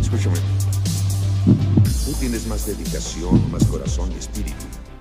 Escúchame. Tú tienes más dedicación, más corazón y espíritu.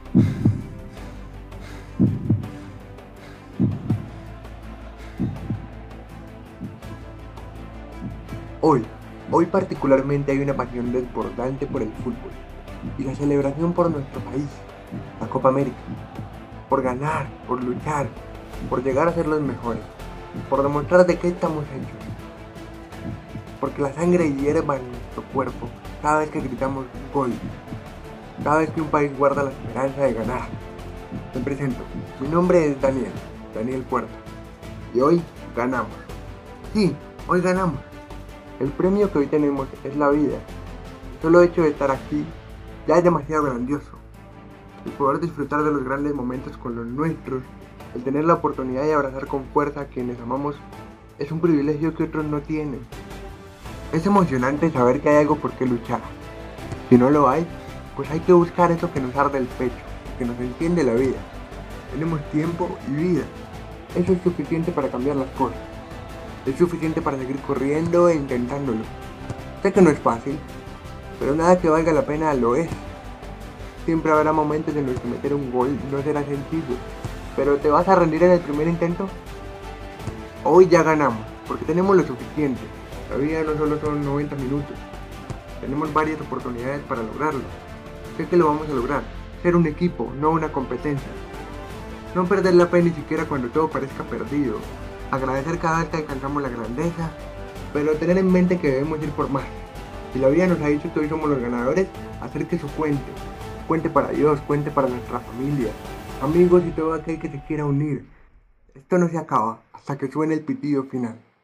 Hoy particularmente hay una pasión desbordante por el fútbol y la celebración por nuestro país, la Copa América, por ganar, por luchar, por llegar a ser los mejores, por demostrar de qué estamos hechos, porque la sangre hierva en nuestro cuerpo cada vez que gritamos gol, cada vez que un país guarda la esperanza de ganar. Me presento, mi nombre es Daniel Puerta, y hoy ganamos. Sí, hoy ganamos. El premio que hoy tenemos es la vida. El solo hecho de estar aquí ya es demasiado grandioso. El poder disfrutar de los grandes momentos con los nuestros, el tener la oportunidad de abrazar con fuerza a quienes amamos, es un privilegio que otros no tienen. Es emocionante saber que hay algo por qué luchar. Si no lo hay, pues hay que buscar eso que nos arde el pecho, que nos enciende la vida. Tenemos tiempo y vida. Eso es suficiente para cambiar las cosas. Es suficiente para seguir corriendo e intentándolo. Sé que no es fácil, pero nada que valga la pena lo es. Siempre habrá momentos en los que meter un gol no será sencillo, pero ¿te vas a rendir en el primer intento? Hoy ya ganamos, porque tenemos lo suficiente. La vida no solo son 90 minutos. Tenemos varias oportunidades para lograrlo. Sé que lo vamos a lograr. Ser un equipo, no una competencia. No perder la fe ni siquiera cuando todo parezca perdido. Agradecer cada vez que alcanzamos la grandeza, pero tener en mente que debemos ir por más. Si la vida nos ha dicho que hoy somos los ganadores, hacer que eso cuente. Cuente para Dios, cuente para nuestra familia, amigos y todo aquel que se quiera unir. Esto no se acaba hasta que suene el pitido final.